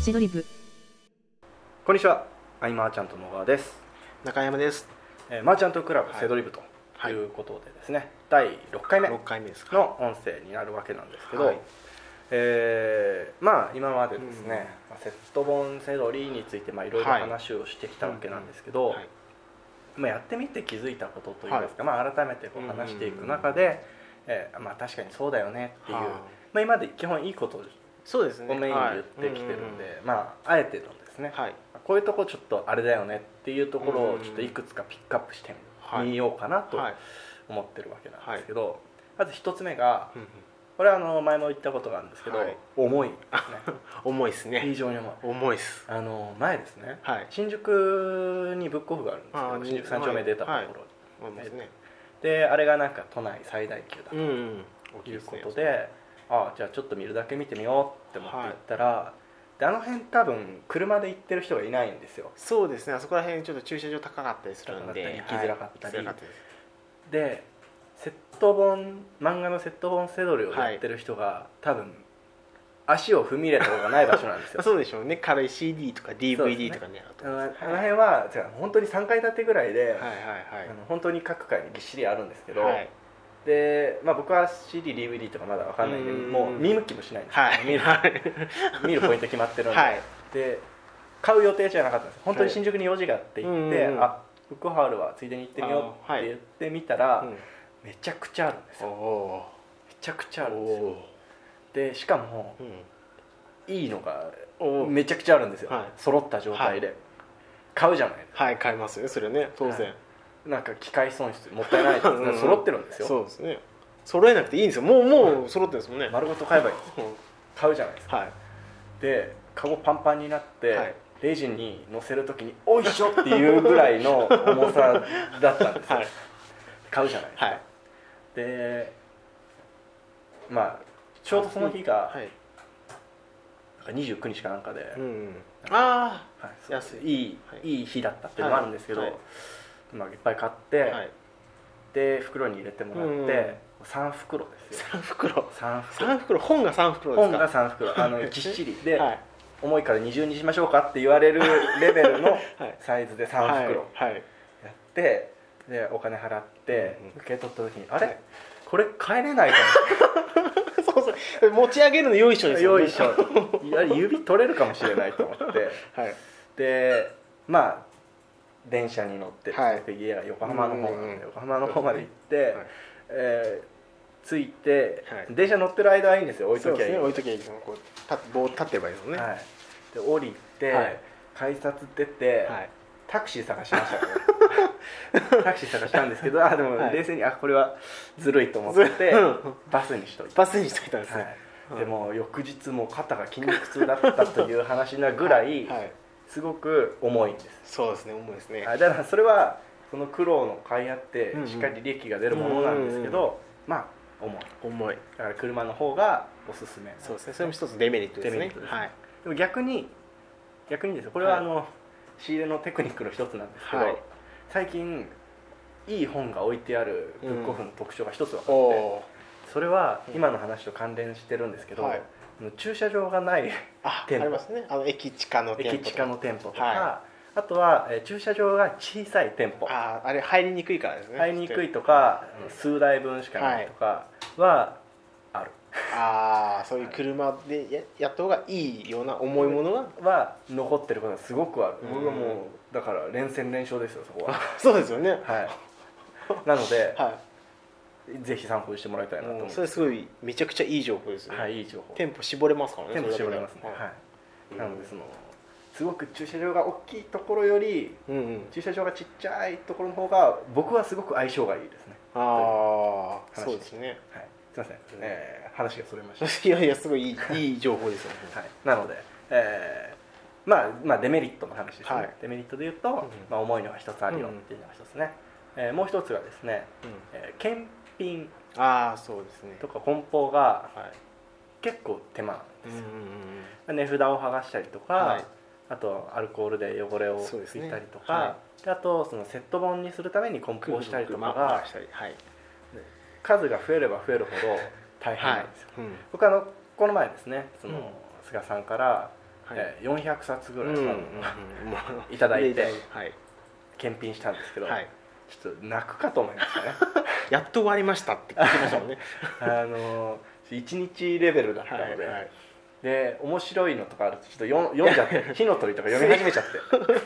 セドリブ。 こんにちは、アイマーチャントの小川です。 中山です。 マーチャントクラブセドリブということでですね、第6回目の音声になるわけなんですけど、まあ今までですね、セットボンセドリについていろいろ話をしてきたわけなんですけど、やってみて気づいたことといいますか、改めてこう話していく中で、確かにそうだよねっていう、今まで基本いいことをメインで言ってきてるんで、あえてのですね、こういうとこちょっとあれだよねっていうところをちょっといくつかピックアップしてみようかなと思ってるわけなんですけど、まず一つ目が、これは前も言ったことがあるんですけど、重いですね。 重いですね。 非常に重いです。 前ですね、新宿にブックオフがあるんですけど、新宿三丁目出たところに、であれがなんか都内最大級だということで、じゃあちょっと見るだけ見てみようって思って行ったら、であの辺多分車で行ってる人がいないんですよ。 そうですね、あそこら辺ちょっと駐車場高かったりするんで行きづらかったり、でセット本、漫画のセット本セドリをやってる人が、多分足を踏み入れたことがない場所なんですよ。 そうでしょうね。軽い CD とか DVD とかね、 あの辺は本当に3階建てぐらいで、本当に各階にぎっしりあるんですけど、で僕は CD、DVD とかまだ分かんないんで、もう見向きもしないんですよ、見るポイント決まってるんで、で買う予定じゃなかったんです。本当に新宿に用事があって行って、ブックオフあるわ、ついでに行ってみようって言ってみたら、めちゃくちゃあるんですよ。めちゃくちゃあるんですよ。でしかも、いいのがめちゃくちゃあるんですよ、揃った状態で。買うじゃないですか。 買いますよ、それね、当然。 なんか機械損失もったいないですね。揃ってるんですよ。 そうですね、揃えなくていいんですよ。もう揃ってるんですもんね。 丸ごと買えばいいんです。買うじゃないですか。でカゴパンパンになって、レジに乗せるときにおいしょっていうぐらいの重さだったんですよ。買うじゃないですか。でちょうどその日が29日かなんかで、 安いい日だったっていうのもあるんですけど、いっぱい買って、で袋に入れてもらって3袋ですよ。3袋本が3袋ですか。 本が3袋ぎっしりで、重いから二重にしましょうかって言われるレベルのサイズで3袋やって、でお金払って受け取った時に、あれこれ帰れないかもそう持ち上げるのよいしょですよね。 よいしょ指取れるかもしれないと思って、で電車に乗って、家が横浜の方なんで、横浜の方まで行って、着いて、電車乗ってる間はいいんですよ。置いときゃいい。 置いときゃいい。棒立ってればいいですね。 で降りて、改札出て、タクシー探しましたね。タクシー探したんですけど、でも冷静にこれはずるいと思ってバスにしといたんですね。でも翌日も肩が筋肉痛だったという話なぐらいすごく重いんです。 そうですね、重いですね。 だからそれはその苦労の甲斐あってしっかり利益が出るものなんですけど、重い。だから車の方がおすすめ。 そうですね、それも一つデメリットですね。 でも逆にですよ、これは仕入れのテクニックの一つなんですけど、最近いい本が置いてあるブックオフの特徴が一つ分かって、それは今の話と関連してるんですけど、駐車場がない店舗、 ありますね。駅地下の店舗とか、あとは駐車場が小さい店舗、 あれ入りにくいからですね。 入りにくいとか、数台分しかないとかはある。 そういう車でやった方がいいような重いものは残ってることがすごくある。僕はもうだから連戦連勝ですよ、そこは。 そうですよね。 なので、ぜひ参考にしてもらいたいなと思って。 それすごいめちゃくちゃいい情報ですね。 いい情報。 店舗絞れますからね。 店舗絞れますね。なのですごく駐車場が大きいところより、駐車場がちっちゃいところの方が僕はすごく相性がいいですね。 そうですね。 すいません、話がそれました。 いやすごいいい情報ですよね。 なので、デメリットの話ですね。デメリットで言うと、重いのが一つあるよっていうのが一つね。もう一つがですね、検品とか梱包が結構手間なんですよ。値札を剥がしたりとか、あとアルコールで汚れを拭いたりとか、あとそのセット本にするために梱包したりとかが数が増えれば増えるほど大変なんですよ。僕この前ですね、菅さんから 400冊ぐらいいただいて、はい、検品したんですけど、はい、ちょっと泣くかと思いましたねやっと終わりましたって聞きましたもんね 1日レベルだったので、はいはい、で面白いのとかあるとちょっと読んじゃって火の鳥とか読み始めちゃって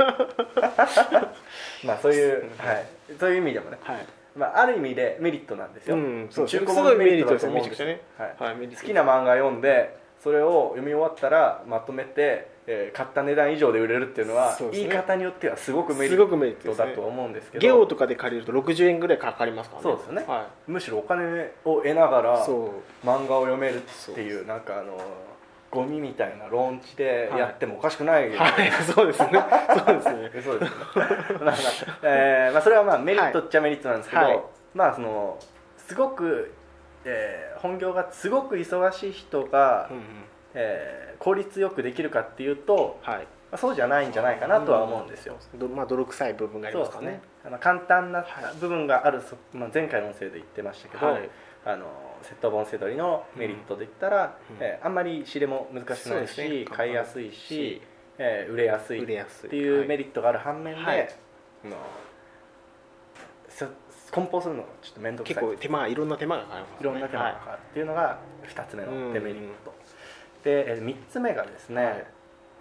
まあそういう、はい、そういう意味でもね、はい、まあ、ある意味でメリットなんですよ、 そう中古もメリットだと思うんですよね、 はいはい、好きな漫画読んでそれを読み終わったらまとめて、買った値段以上で売れるっていうのは、ね、言い方によってはすごくメリットだと思うんですけど、 ゲオとかで借りると60円ぐらいかかりますからね。 そうですよね、はい、むしろお金を得ながら漫画を読めるっていう、なんかゴミみたいなローンチでやってもおかしくない、 はいはい、そうですねそうですねそうですねまあそれはまあメリットっちゃメリットなんですけど、はい、まあすごく、本業がすごく忙しい人が、効率よくできるかっていうと、はい、まあ、そうじゃないんじゃないかなとは思うんですよ。 まあ、泥臭い部分がありますからね。 簡単な部分がある、まあ、前回の音声で言ってましたけど、はい、セット本セドリのメリットで言ったら、あんまり仕入れも難しくないし、ね、買いやすいし、売れやすいっていうメリットがある反面で、はい、梱包するのがちょっと面倒くさい、 結構いろんな手間がかかりますね。 いろんな手間がかかるっていうのが2つ目のデメリットで、3つ目がですね、はい、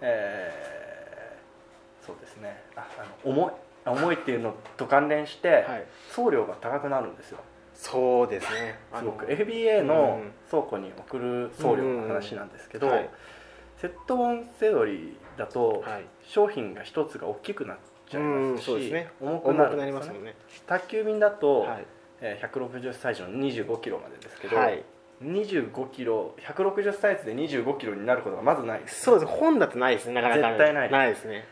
そうですね、重いっていうのと関連して、はい、送料が高くなるんですよ。 そうですね、 すごく FBA の倉庫に送る送料の話なんですけど、はい、セット本セドリだと商品が一つが大きくなっちゃいますし、 そうですね、 重くなりますよね。宅急便だと、はい、160サイズの25キロまでですけど、はい、25キロ160サイズで25キロになることがまずないです、ね、 そうです。本だとないですね、なかなか絶対ないですね。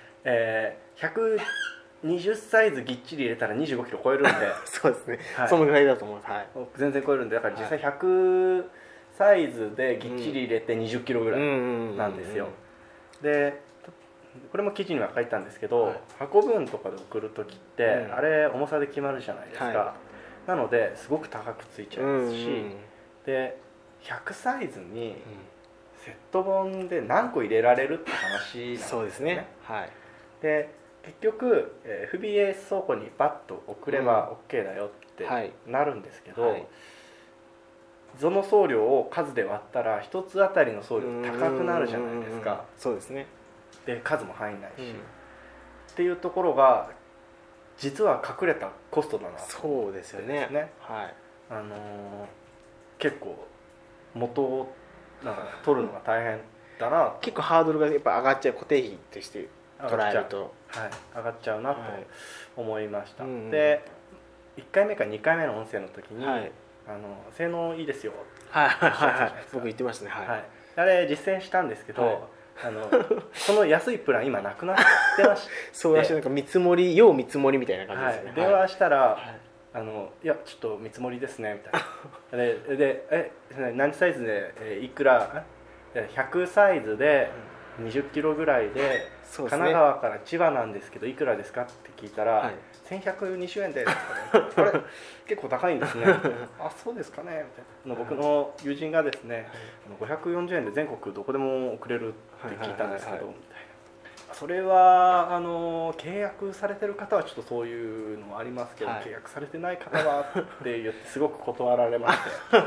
120サイズぎっちり入れたら25キロ超えるんでそうですね、はい、そのぐらいだと思います、はい、 全然超えるんで、だから実際100サイズでぎっちり入れて20キロぐらいなんですよ。でこれも記事には書いたんですけど、はい、箱分とかで送るときって、あれ重さで決まるじゃないですか、はい、なのですごく高くついちゃいますし、で100サイズにセット本で何個入れられるって話なんですね。 そうですね、はい、 で結局、FBA 倉庫にバッと送れば OK だよってなるんですけど、はい、その送料を数で割ったら1つあたりの送料高くなるじゃないですか。 そうですね。 で数も入んないし、っていうところが実は隠れたコストだなと。 そうですよね、はい、 結構元をなんか取るのが大変だな。 結構ハードルがやっぱ上がっちゃう、固定費として捉えると、 はい、上がっちゃうなと思いました、はい、で1回目か2回目の音声の時に、はい、性能いいですよってはいはいはい、僕言ってましたね、はいはい、あれ実践したんですけど、はい、その安いプラン今なくなってましてそうらしい、なんか見積もり要見積もりみたいな感じですね、 はい、電話したら、はい、いやちょっと見積もりですねみたいなで何サイズでいくら100サイズで20キロぐらいで、神奈川から千葉なんですけどいくらですかって聞いたら、はい、1120円ですとかね、これ結構高いんですねあ、そうですかねみたいな。僕の友人がですね、540円で全国どこでも送れるって聞いたんですけど、みたいな。それは契約されてる方はちょっとそういうのはありますけど、はい、契約されてない方はって言ってすごく断られまして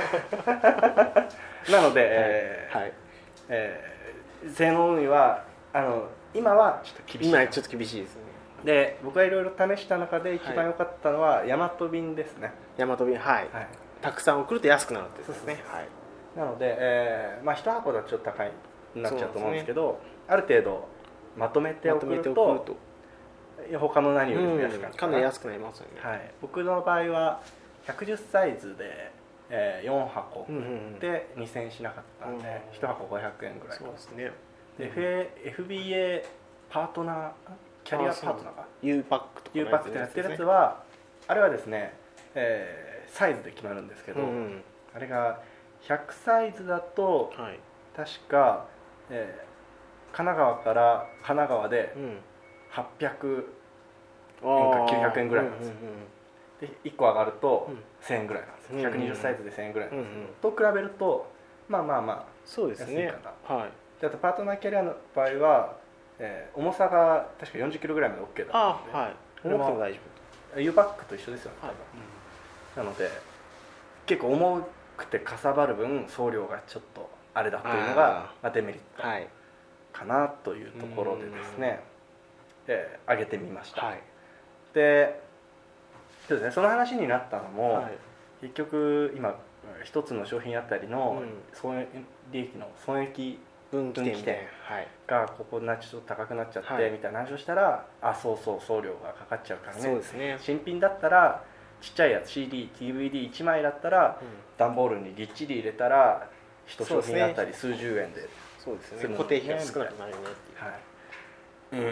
なので、はい性能運輸は今はちょっと厳しい。 今ちょっと厳しいですね。 で僕がいろいろ試した中で一番良かったのはヤマト便ですね。 ヤマト便、はい、はい、たくさん送ると安くなるってですね。はい、 なので、まあ1箱だとちょっと高いになっちゃうと思うんですけど、ある程度まとめて送ると他の何よりも安くなるかなり安くなりますよね。 はい、僕の場合は110サイズで4箱で2000円しなかったんで、1箱500円ぐらい。 そうですね。 で FBA パートナーキャリアパートナーが U パックとか U パックってやってるやつはあれはですね、サイズで決まるんですけど、あれが100サイズだと、はい、確か、神奈川から神奈川で800円か900円ぐらいなんですよ。で1個上がると1000円ぐらいなんですよ。120サイズで1000円ぐらいなんですけど、と比べるとまあまあまあそうですね。はい。 であとパートナーキャリアの場合は、重さが確か40キロぐらいまで OK だったので、 はい、重くても大丈夫。U バックと一緒ですよね、 はい、 なので結構重くてかさばる分送料がちょっとあれだというのがデメリットかなというところでですね、上げてみました、はい、でそうですね、その話になったのも、はい、結局今一つの商品あたりの利益の損益分岐点がここちょっと高くなっちゃってみたいな話をしたら、そう送料がかかっちゃうからね、 そうですね、 新品だったらちっちゃいやつ CD、DVD1 枚だったら、段ボールにぎっちり入れたら一商品あたり数十円でそうですね、固定費が少なくなるよねっていう、 はい、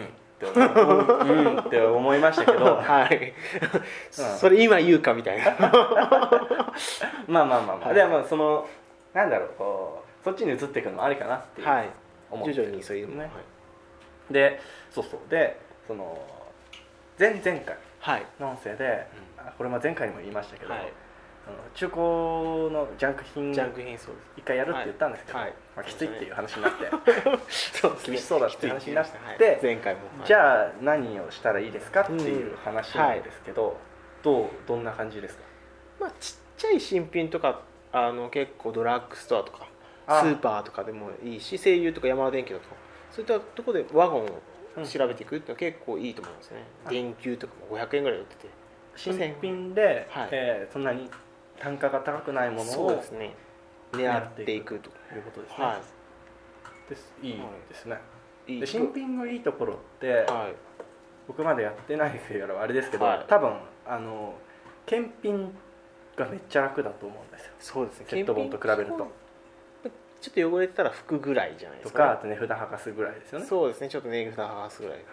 って思いましたけど、 はい、それ今言うかみたいなまあでもなんだろう、そっちに移っていくのもありかなっていう、 思って徐々にそういうのね、 でで前々回の音声で、これも前回にも言いましたけど、中古のジャンク品一回やるって言ったんですけど、きついっていう話になって厳しそうだっていう話になって、 前回もじゃあ何をしたらいいですかっていう話なんですけど、どんな感じですか？ ちっちゃい新品とか結構ドラッグストアとかスーパーとかでもいいし、西友とかヤマダ電機とかそういったところでワゴンを調べていくっていうのは結構いいと思いますね。電球とかも500円ぐらい売ってて、 新品で、そんなに単価が高くないものをそうですね、狙っていくということですね。いいですね。で新品のいいところって、僕までやってないからあれですけど、多分検品がめっちゃ楽だと思うんですよ。 そうですね、 セット本と比べるとちょっと汚れてたら拭くぐらいじゃないですか、 とか、あと値札剥がすぐらいですよね。 そうですね、ちょっと値札剥がすぐらいです、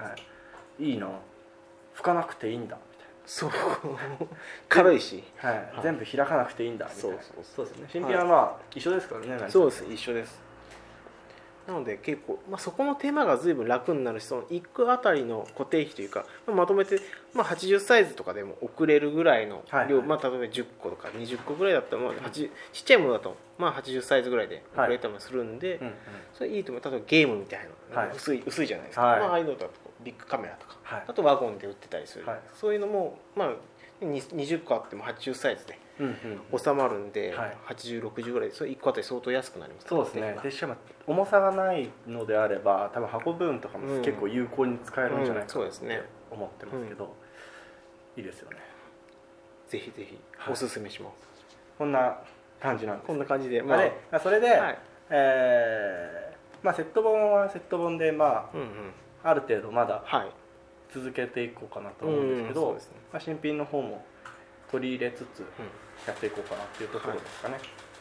いいの拭かなくていいんだみたいな、 そう軽いし、 全部開かなくていいんだみたいな。そうですね、新品は一緒ですからね。 そうです、一緒です。なので結構、そこの手間が随分楽になるし、その1個あたりの固定費というか、まとめて、80サイズとかでも送れるぐらいの量、例えば10個とか20個ぐらいだったら、ちっちゃいものだと、80サイズぐらいで送れたりもするんで、それいいと思う。例えばゲームみたいな、薄いじゃないですか、ああいうのだとビッグカメラとか、あとワゴンで売ってたりする、そういうのも、20個あっても80サイズで収まるんで、80、60ぐらいでそれ1個あたり相当安くなります。 そうですね。でしかも重さがないのであれば、多分運ぶ分とかも結構有効に使えるんじゃないかなって思ってますけど、いいですよね。 ぜひぜひおすすめします。 こんな感じなんです。 こんな感じで、 それで、セット本はセット本である程度まだ続けていこうかなと思うんですけど、新品の方も取り入れつつやっていこうかなっていうところですかね。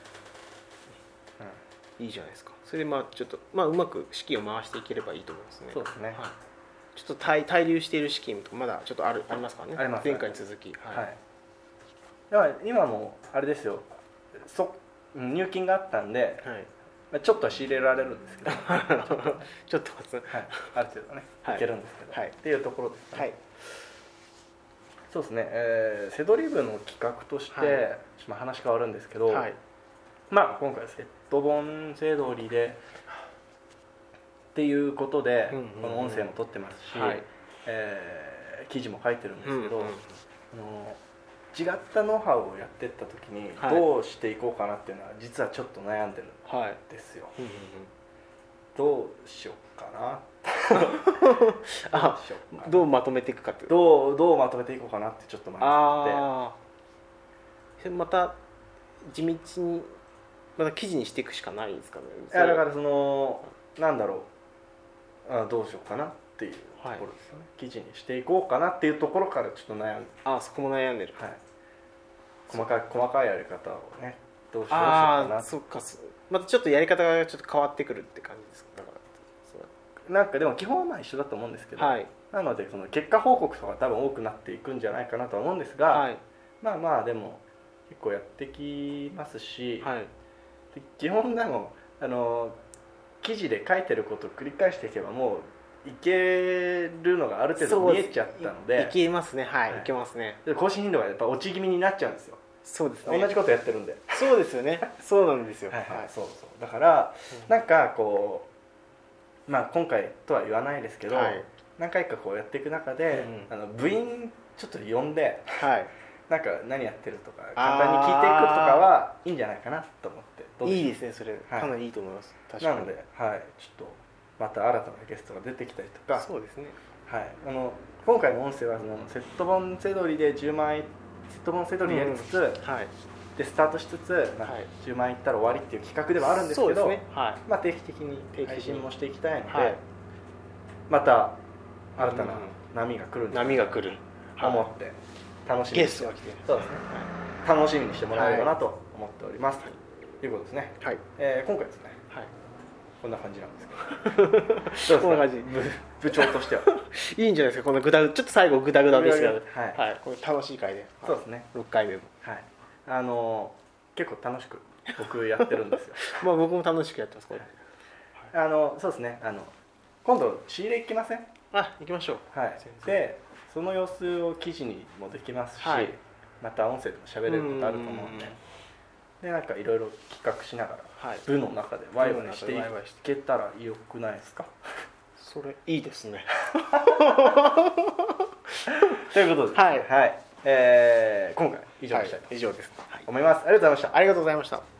いいじゃないですか。それでちょっとうまく資金を回していければいいと思いますね。 そうですね。 ちょっと滞留している資金とかまだちょっとありますからね。 あります。 前回に続き。 だから今もあれですよ。入金があったんで、ちょっとは仕入れられるんですけど、ちょっとある程度ねいけるんですけど、っていうところですね。そうですね。セドリ部の企画として話変わるんですけど、今回セット本セドリでっていうことでこの音声も撮ってますし、記事も書いてるんですけど、違ったノウハウをやっていった時にどうしていこうかなっていうのは実はちょっと悩んでるんですよ。どうしようかなどうまとめていくかってどうまとめていこうかなってちょっと迷ってまた地道にまた記事にしていくしかないんですかね。 だからなんだろう、どうしようかなっていうところですよね。記事にしていこうかなっていうところからちょっと悩んで、 そこも悩んでる。 細かいやり方をね、どうしようかな。 そっか、またちょっとやり方がちょっと変わってくるって感じですか。だからなんかでも基本は一緒だと思うんですけど、なので結果報告とか多分多くなっていくんじゃないかなと思うんですが、でも結構やってきますし、基本でも記事で書いてることを繰り返していけばもういけるのがある程度見えちゃったので、 いけますね。いけますね。 更新頻度がやっぱ落ち気味になっちゃうんですよ。 そうですね。 同じことやってるんで。 そうですよね。そうなんですよ。 そうだからなんか今回とは言わないですけど、何回かこうやっていく中で、部員ちょっと呼んで、なんか何やってるとか簡単に聞いていくとかはいいんじゃないかなと思って。 いいですね、それかなりいいと思います。 確かに。なので、ちょっとまた新たなゲストが出てきたりとか。 そうですね。 今回の音声はセット本セドリで10万円セット本セドリやりつつ、でスタートしつつ、10万円いったら終わりっていう企画ではあるんですけど、定期的に配信もしていきたいので、また新たな波が来るんじゃないかと思って楽しみにして楽しみにしてもらえればなと思っておりますということですね。今回ですね、こんな感じなんですけど、こんな感じ、部長としてはいいんじゃないですか。このちょっと最後グダグダですけど、これ楽しい回で、 そうですね、 6回目も結構楽しく僕やってるんですよ。 僕も楽しくやってます。これそうですね、今度仕入れ行きません？ 行きましょう。 でその様子を記事にもできますし、また音声でも喋れることあると思うんで、なんかいろいろ企画しながら部の中でワイワイしていけたらよくないですか？ それいいですね。 ということで、今回以上にしたいと思います。ありがとうございました。 ありがとうございました。